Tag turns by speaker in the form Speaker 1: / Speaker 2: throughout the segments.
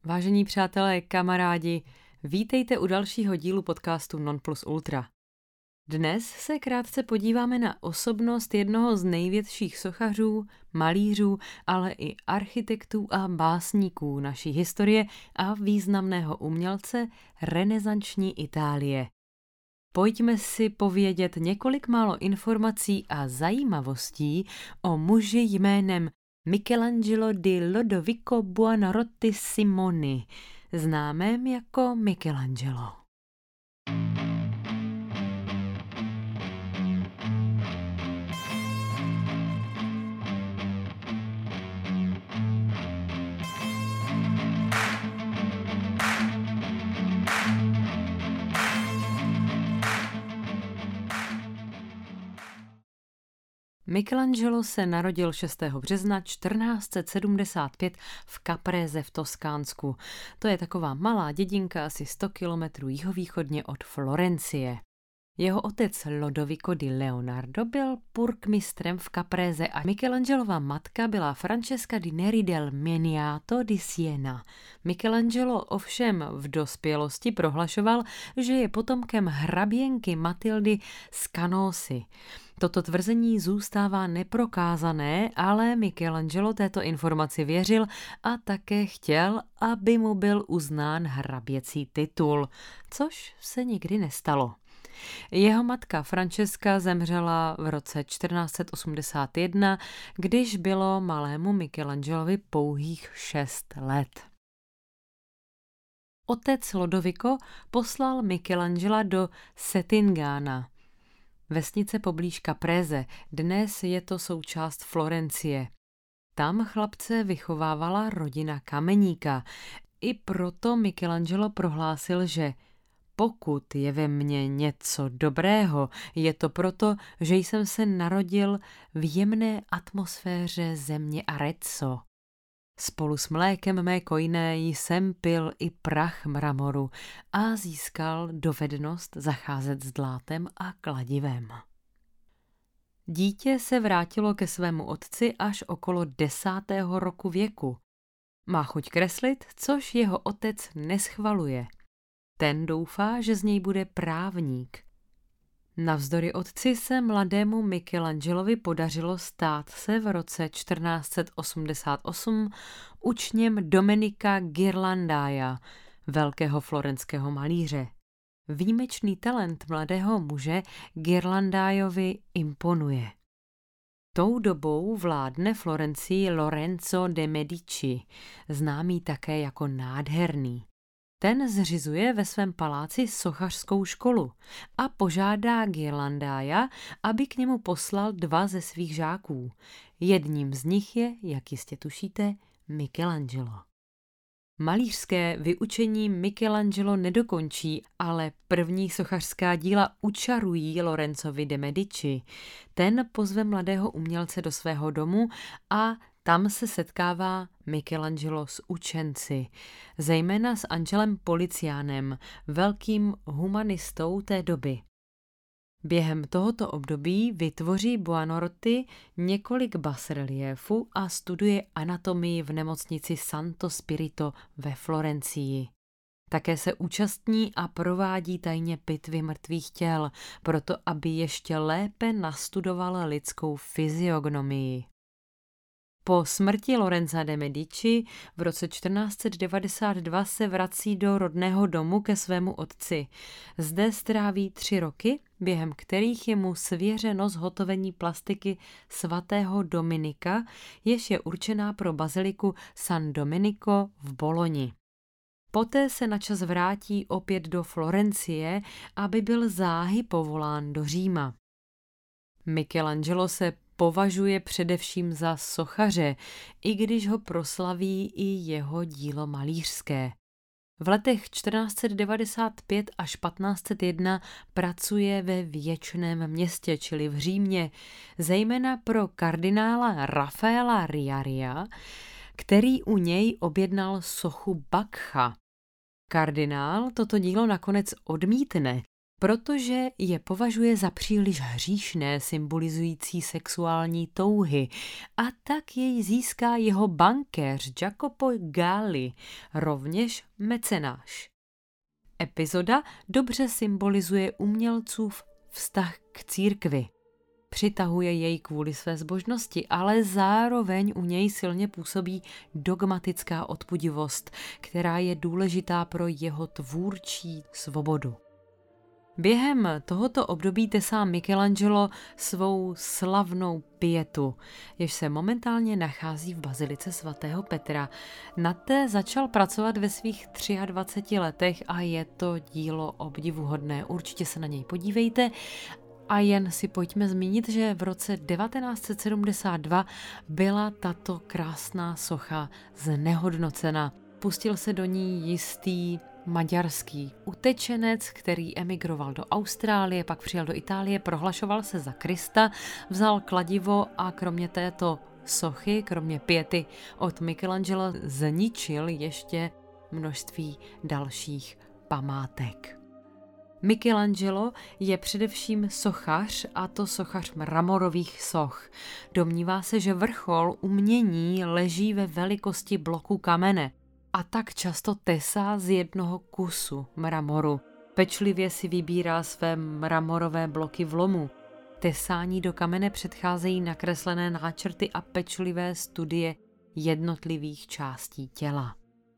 Speaker 1: Vážení přátelé, kamarádi, vítejte u dalšího dílu podcastu Non Plus Ultra. Dnes se krátce podíváme na osobnost jednoho z největších sochařů, malířů, ale i architektů a básníků naší historie a významného umělce renesanční Itálie. Pojďme si povědět několik málo informací a zajímavostí o muži jménem Michelangelo di Lodovico Buonarroti Simoni, známém jako Michelangelo. Michelangelo se narodil 6. března 1475 v Caprese v Toskánsku. To je taková malá dědinka asi 100 kilometrů jihovýchodně od Florencie. Jeho otec Lodovico di Leonardo byl purkmistrem v Caprese a Michelangelova matka byla Francesca di Neri del Miniato di Siena. Michelangelo ovšem v dospělosti prohlašoval, že je potomkem hraběnky Matildy z Canossy. Toto tvrzení zůstává neprokázané, ale Michelangelo této informaci věřil a také chtěl, aby mu byl uznán hraběcí titul, což se nikdy nestalo. Jeho matka Francesca zemřela v roce 1481, když bylo malému Michelangelovi pouhých 6 let. Otec Lodovico poslal Michelangela do Settingana, vesnice poblíž Caprese, dnes je to součást Florencie. Tam chlapce vychovávala rodina kameníka. I proto Michelangelo prohlásil, že pokud je ve mně něco dobrého, je to proto, že jsem se narodil v jemné atmosféře země Arezzo. Spolu s mlékem mé kojné jsem pil i prach mramoru a získal dovednost zacházet s dlátem a kladivem. Dítě se vrátilo ke svému otci až okolo 10. roku věku. Má chuť kreslit, což jeho otec neschvaluje. Ten doufá, že z něj bude právník. Navzdory otci se mladému Michelangelovi podařilo stát se v roce 1488 učněm Domenica Ghirlandaia, velkého florenského malíře. Výjimečný talent mladého muže Ghirlandaiovi imponuje. Tou dobou vládne Florencii Lorenzo de Medici, známý také jako Nádherný. Ten zřizuje ve svém paláci sochařskou školu a požádá Ghirlandaia, aby k němu poslal 2 ze svých žáků. Jedním z nich je, jak jistě tušíte, Michelangelo. Malířské vyučení Michelangelo nedokončí, ale první sochařská díla učarují Lorenzovi de Medici. Ten pozve mladého umělce do svého domu a tam se setkává Michelangelo s učenci, zejména s Angelem Policianem, velkým humanistou té doby. Během tohoto období vytvoří Buonarroti několik basreliéfů a studuje anatomii v nemocnici Santo Spirito ve Florencii. Také se účastní a provádí tajně pitvy mrtvých těl, proto aby ještě lépe nastudoval lidskou fyziognomii. Po smrti Lorenza de Medici v roce 1492 se vrací do rodného domu ke svému otci. Zde stráví 3 roky, během kterých je mu svěřeno zhotovení plastiky svatého Dominika, jež je určená pro baziliku San Domenico v Boloni. Poté se načas vrátí opět do Florencie, aby byl záhy povolán do Říma. Michelangelo se považuje především za sochaře, i když ho proslaví i jeho dílo malířské. V letech 1495 až 1501 pracuje ve Věčném městě, čili v Římě, zejména pro kardinála Raffaella Riaria, který u něj objednal sochu Bakcha. Kardinál toto dílo nakonec odmítne, protože je považuje za příliš hříšné, symbolizující sexuální touhy, a tak jej získá jeho bankéř Jacopo Galli, rovněž mecenáš. Epizoda dobře symbolizuje umělcův vztah k církvi. Přitahuje jej kvůli své zbožnosti, ale zároveň u něj silně působí dogmatická odpudivost, která je důležitá pro jeho tvůrčí svobodu. Během tohoto období tesá Michelangelo svou slavnou pietu, jež se momentálně nachází v bazilice svatého Petra. Na té začal pracovat ve svých 23 letech a je to dílo obdivuhodné. Určitě se na něj podívejte. A jen si pojďme zmínit, že v roce 1972 byla tato krásná socha znehodnocena. Pustil se do ní jistý maďarský utečenec, který emigroval do Austrálie, pak přijel do Itálie, prohlašoval se za Krista, vzal kladivo a kromě této sochy, kromě piety od Michelangela, zničil ještě množství dalších památek. Michelangelo je především sochař, a to sochař mramorových soch. Domnívá se, že vrchol umění leží ve velikosti bloku kamene a tak často tesá z jednoho kusu mramoru. Pečlivě si vybírá své mramorové bloky v lomu. Tesání do kamene předcházejí nakreslené náčrty a pečlivé studie jednotlivých částí těla.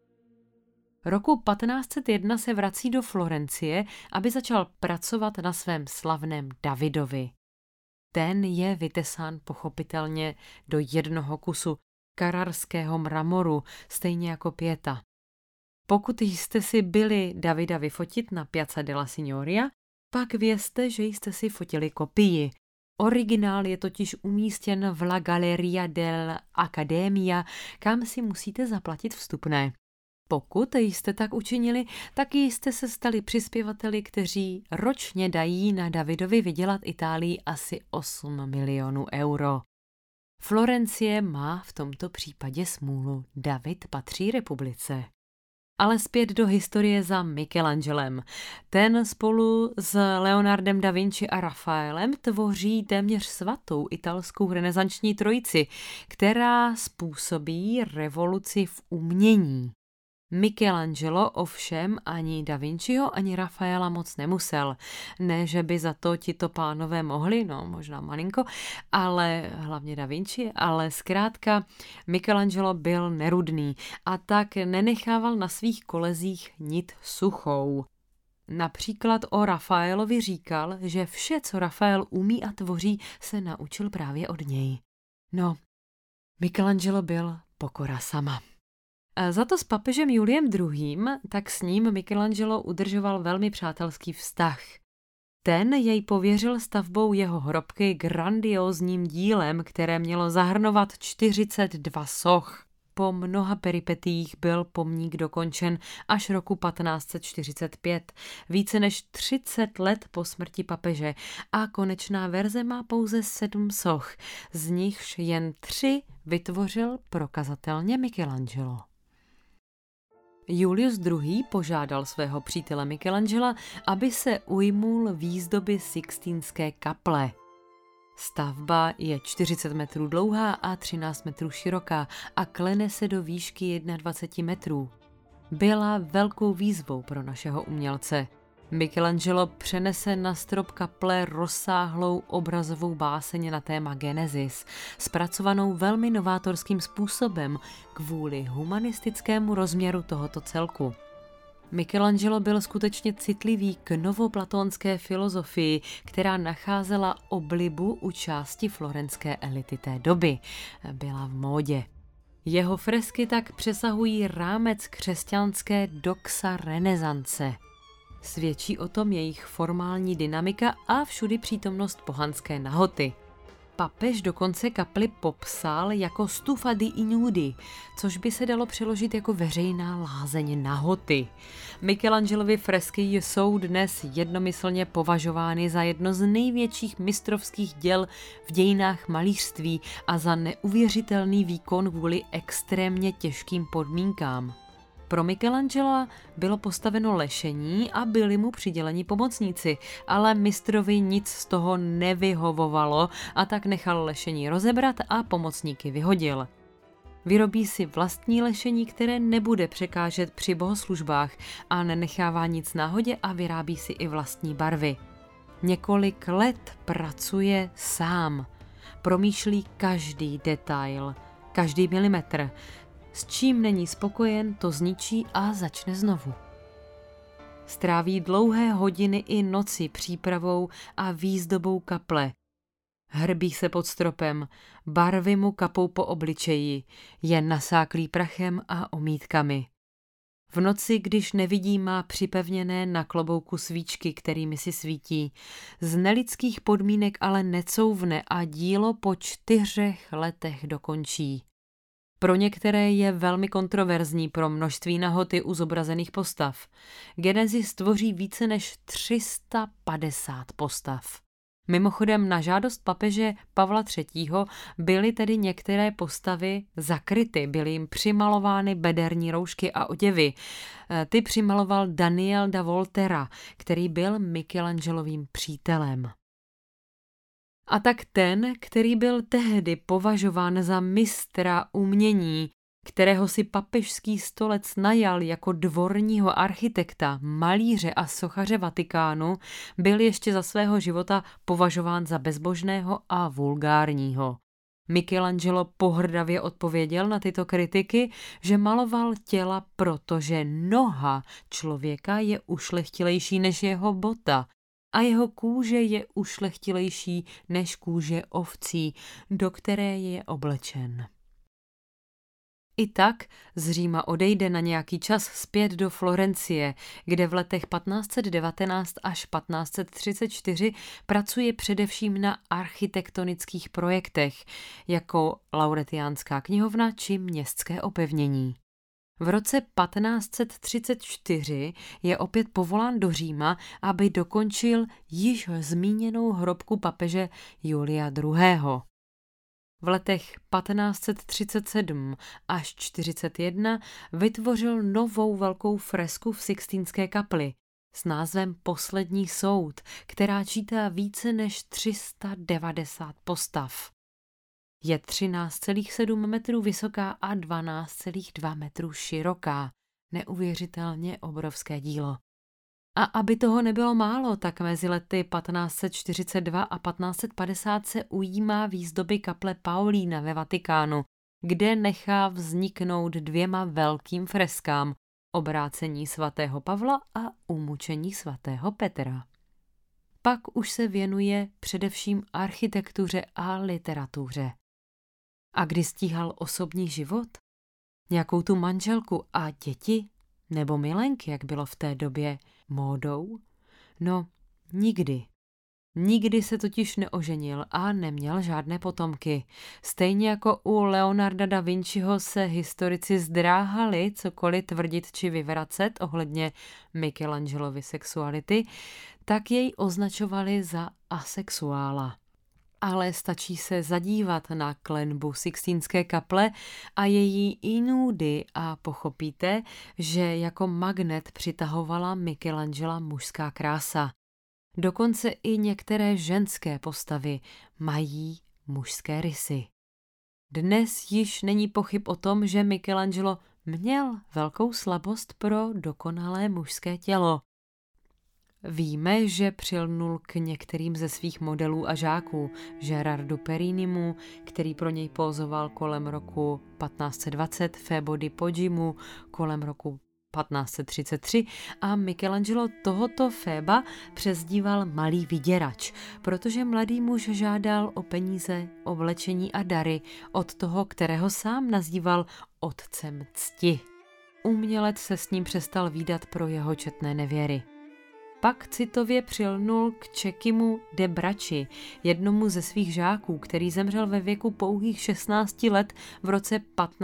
Speaker 1: Roku 1501 se vrací do Florencie, aby začal pracovat na svém slavném Davidovi. Ten je vytesán pochopitelně do jednoho kusu carrarského mramoru, stejně jako pieta. Pokud jste si byli Davida vyfotit na Piazza della Signoria, pak vězte, že jste si fotili kopii. Originál je totiž umístěn v La Galleria dell'Accademia, kam si musíte zaplatit vstupné. Pokud jste tak učinili, tak jste se stali přispěvateli, kteří ročně dají na Davidovi vydělat Itálii asi 8 milionů euro. Florencie má v tomto případě smůlu. David patří republice. Ale zpět do historie za Michelangelem. Ten spolu s Leonardem da Vinci a Rafaelem tvoří téměř svatou italskou renesanční trojici, která způsobí revoluci v umění. Michelangelo ovšem ani Da Vinciho, ani Rafaela moc nemusel. Ne, že by za to tito pánové mohli, no možná malinko, ale hlavně Da Vinci, ale zkrátka Michelangelo byl nerudný a tak nenechával na svých kolezích nit suchou. Například o Rafaelovi říkal, že vše, co Rafael umí a tvoří, se naučil právě od něj. No, Michelangelo byl pokora sama. Za to s papežem Juliem II., tak s ním Michelangelo udržoval velmi přátelský vztah. Ten jej pověřil stavbou jeho hrobky grandiózním dílem, které mělo zahrnovat 42 soch. Po mnoha peripetiích byl pomník dokončen až roku 1545, více než 30 let po smrti papeže, a konečná verze má pouze 7 soch, z nichž jen 3 vytvořil prokazatelně Michelangelo. Julius II. Požádal svého přítele Michelangela, aby se ujmul výzdoby Sixtínské kaple. Stavba je 40 metrů dlouhá a 13 metrů široká a klene se do výšky 21 metrů. Byla velkou výzvou pro našeho umělce. Michelangelo přenese na strop kaple rozsáhlou obrazovou báseň na téma Genesis, zpracovanou velmi novátorským způsobem kvůli humanistickému rozměru tohoto celku. Michelangelo byl skutečně citlivý k novoplatónské filozofii, která nacházela oblibu u části florenské elity té doby. Byla v módě. Jeho fresky tak přesahují rámec křesťanské doxa renesance. Svědčí o tom jejich formální dynamika a všudy přítomnost pohanské nahoty. Papež dokonce kapli popsal jako stufa di ignudi, což by se dalo přeložit jako veřejná lázeň nahoty. Michelangelovy fresky jsou dnes jednomyslně považovány za jedno z největších mistrovských děl v dějinách malířství a za neuvěřitelný výkon kvůli extrémně těžkým podmínkám. Pro Michelangela bylo postaveno lešení a byli mu přiděleni pomocníci, ale mistrovi nic z toho nevyhovovalo a tak nechal lešení rozebrat a pomocníky vyhodil. Vyrobí si vlastní lešení, které nebude překážet při bohoslužbách a nenechává nic náhodě a vyrábí si i vlastní barvy. Několik let pracuje sám. Promýšlí každý detail, každý milimetr. S čím není spokojen, to zničí a začne znovu. Stráví dlouhé hodiny i noci přípravou a výzdobou kaple. Hrbí se pod stropem, barvy mu kapou po obličeji, je nasáklý prachem a omítkami. V noci, když nevidí, má připevněné na klobouku svíčky, kterými si svítí. Z nelidských podmínek ale necouvne a dílo po 4 letech dokončí. Pro některé je velmi kontroverzní pro množství nahoty u zobrazených postav. Genesis tvoří více než 350 postav. Mimochodem na žádost papeže Pavla III. Byly tedy některé postavy zakryty, byly jim přimalovány bederní roušky a oděvy. Ty přimaloval Daniel da Volterra, který byl Michelangelovým přítelem. A tak ten, který byl tehdy považován za mistra umění, kterého si papežský stolec najal jako dvorního architekta, malíře a sochaře Vatikánu, byl ještě za svého života považován za bezbožného a vulgárního. Michelangelo pohrdavě odpověděl na tyto kritiky, že maloval těla, protože noha člověka je ušlechtilejší než jeho bota a jeho kůže je ušlechtilejší než kůže ovcí, do které je oblečen. I tak z Říma odejde na nějaký čas zpět do Florencie, kde v letech 1519 až 1534 pracuje především na architektonických projektech, jako Lauretiánská knihovna či městské opevnění. V roce 1534 je opět povolán do Říma, aby dokončil již zmíněnou hrobku papeže Julia II. V letech 1537 až 41 vytvořil novou velkou fresku v Sixtínské kapli s názvem Poslední soud, která čítá více než 390 postav. Je 13,7 metrů vysoká a 12,2 metrů široká. Neuvěřitelně obrovské dílo. A aby toho nebylo málo, tak mezi lety 1542 a 1550 se ujímá výzdoby kaple Paulína ve Vatikánu, kde nechá vzniknout 2 velkým freskám obrácení svatého Pavla a umučení svatého Petra. Pak už se věnuje především architektuře a literatuře. A kdy stíhal osobní život? Nějakou tu manželku a děti? Nebo milenky, jak bylo v té době módou? No, nikdy. Nikdy se totiž neoženil a neměl žádné potomky. Stejně jako u Leonarda da Vinciho se historici zdráhali cokoliv tvrdit či vyvracet ohledně Michelangelovy sexuality, tak jej označovali za asexuála. Ale stačí se zadívat na klenbu Sixtínské kaple a její inudy a pochopíte, že jako magnet přitahovala Michelangela mužská krása. Dokonce i některé ženské postavy mají mužské rysy. Dnes již není pochyb o tom, že Michelangelo měl velkou slabost pro dokonalé mužské tělo. Víme, že přilnul k některým ze svých modelů a žáků, Gerardu Perinimu, který pro něj pózoval kolem roku 1520, Febo di Poggiomu kolem roku 1533 a Michelangelo tohoto Féba přezdíval Malý vyděrač, protože mladý muž žádal o peníze, oblečení a dary od toho, kterého sám nazýval otcem cti. Umělec se s ním přestal vídat pro jeho četné nevěry. Pak citově přilnul k Cecchimu de Bracci, jednomu ze svých žáků, který zemřel ve věku pouhých 16 let v roce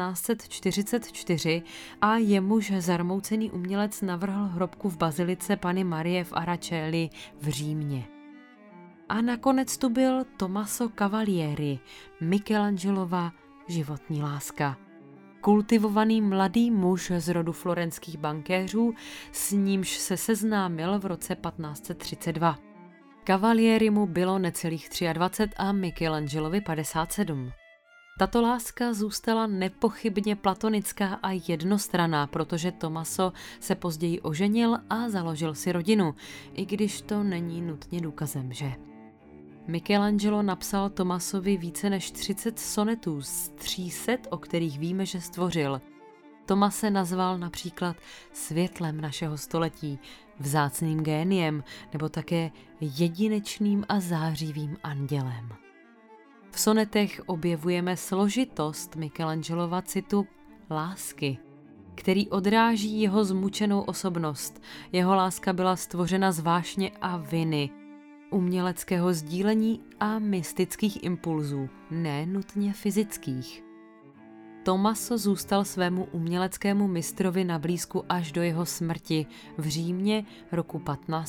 Speaker 1: 1544 a jemuž zarmoucený umělec navrhl hrobku v bazilice Panny Marie v Aracelli v Římě. A nakonec tu byl Tommaso Cavalieri, Michelangelova životní láska. kultivovaný mladý muž z rodu florenských bankéřů, s nímž se seznámil v roce 1532. Cavalieri mu bylo necelých 23 a Michelangelovi 57. Tato láska zůstala nepochybně platonická a jednostranná, protože Tommaso se později oženil a založil si rodinu, i když to není nutně důkazem, že? Michelangelo napsal Tommasovi více než 30 sonetů z 300, o kterých víme, že stvořil. Tomas se nazval například světlem našeho století, vzácným géniem nebo také jedinečným a zářivým andělem. V sonetech objevujeme složitost Michelangelova citu lásky, který odráží jeho zmučenou osobnost. Jeho láska byla stvořena z vášně a viny, uměleckého sdílení a mystických impulzů, ne nutně fyzických. Tommaso zůstal svému uměleckému mistrovi na blízku až do jeho smrti v Římě roku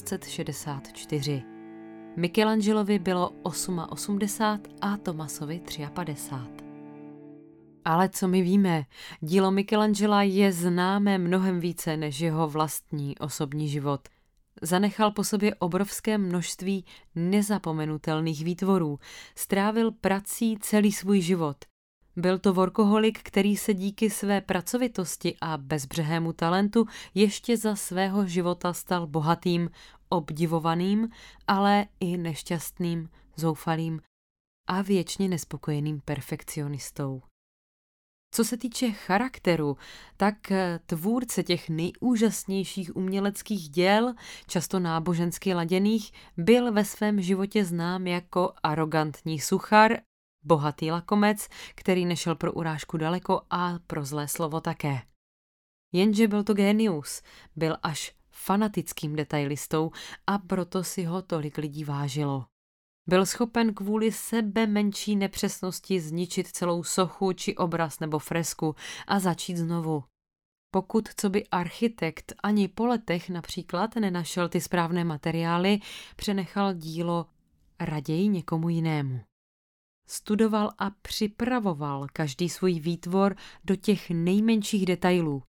Speaker 1: 1564. Michelangelovi bylo 88 a Tommasovi 53. Ale co my víme, dílo Michelangela je známé mnohem více než jeho vlastní osobní život. Zanechal po sobě obrovské množství nezapomenutelných výtvorů, strávil prací celý svůj život. Byl to workoholik, který se díky své pracovitosti a bezbřehému talentu ještě za svého života stal bohatým, obdivovaným, ale i nešťastným, zoufalým a věčně nespokojeným perfekcionistou. Co se týče charakteru, tak tvůrce těch nejúžasnějších uměleckých děl, často nábožensky laděných, byl ve svém životě znám jako arogantní suchar, bohatý lakomec, který nešel pro urážku daleko a pro zlé slovo také. Jenže byl to génius, byl až fanatickým detailistou a proto si ho tolik lidí vážilo. Byl schopen kvůli sebe menší nepřesnosti zničit celou sochu či obraz nebo fresku a začít znovu. Pokud coby architekt ani po letech například nenašel ty správné materiály, přenechal dílo raději někomu jinému. Studoval a připravoval každý svůj výtvor do těch nejmenších detailů.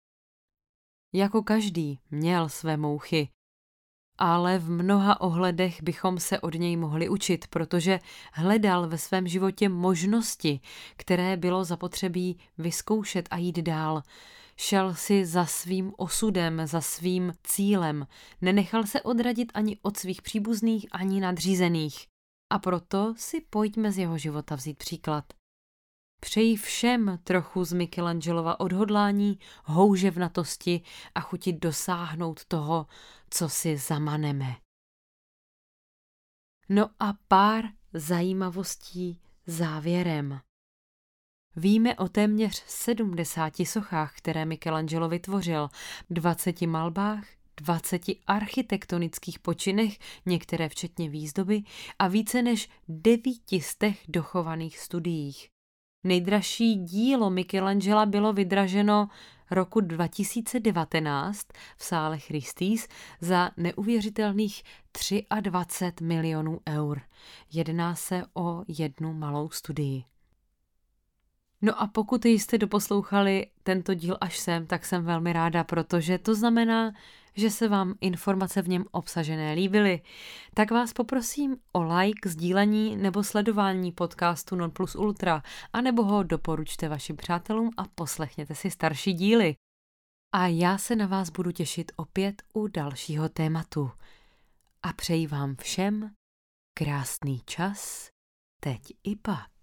Speaker 1: Jako každý měl své mouchy, ale v mnoha ohledech bychom se od něj mohli učit, protože hledal ve svém životě možnosti, které bylo zapotřebí vyzkoušet a jít dál. Šel si za svým osudem, za svým cílem, nenechal se odradit ani od svých příbuzných, ani nadřízených. A proto si pojďme z jeho života vzít příklad. Přeji všem trochu z Michelangelova odhodlání, houževnatosti a chuti dosáhnout toho, co si zamaneme. No a pár zajímavostí závěrem. Víme o téměř 70 sochách, které Michelangelo vytvořil, 20 malbách, 20 architektonických počinech, některé včetně výzdoby, a více než 900 dochovaných studiích. Nejdražší dílo Michelangela bylo vydraženo roku 2019 v sále Christie's za neuvěřitelných 23 milionů eur. Jedná se o jednu malou studii. No a pokud jste doposlouchali tento díl až sem, tak jsem velmi ráda, protože to znamená, že se vám informace v něm obsažené líbily. Tak vás poprosím o like, sdílení nebo sledování podcastu Non Plus Ultra, anebo ho doporučte vašim přátelům a poslechněte si starší díly. A já se na vás budu těšit opět u dalšího tématu. A přeji vám všem krásný čas, teď i pak.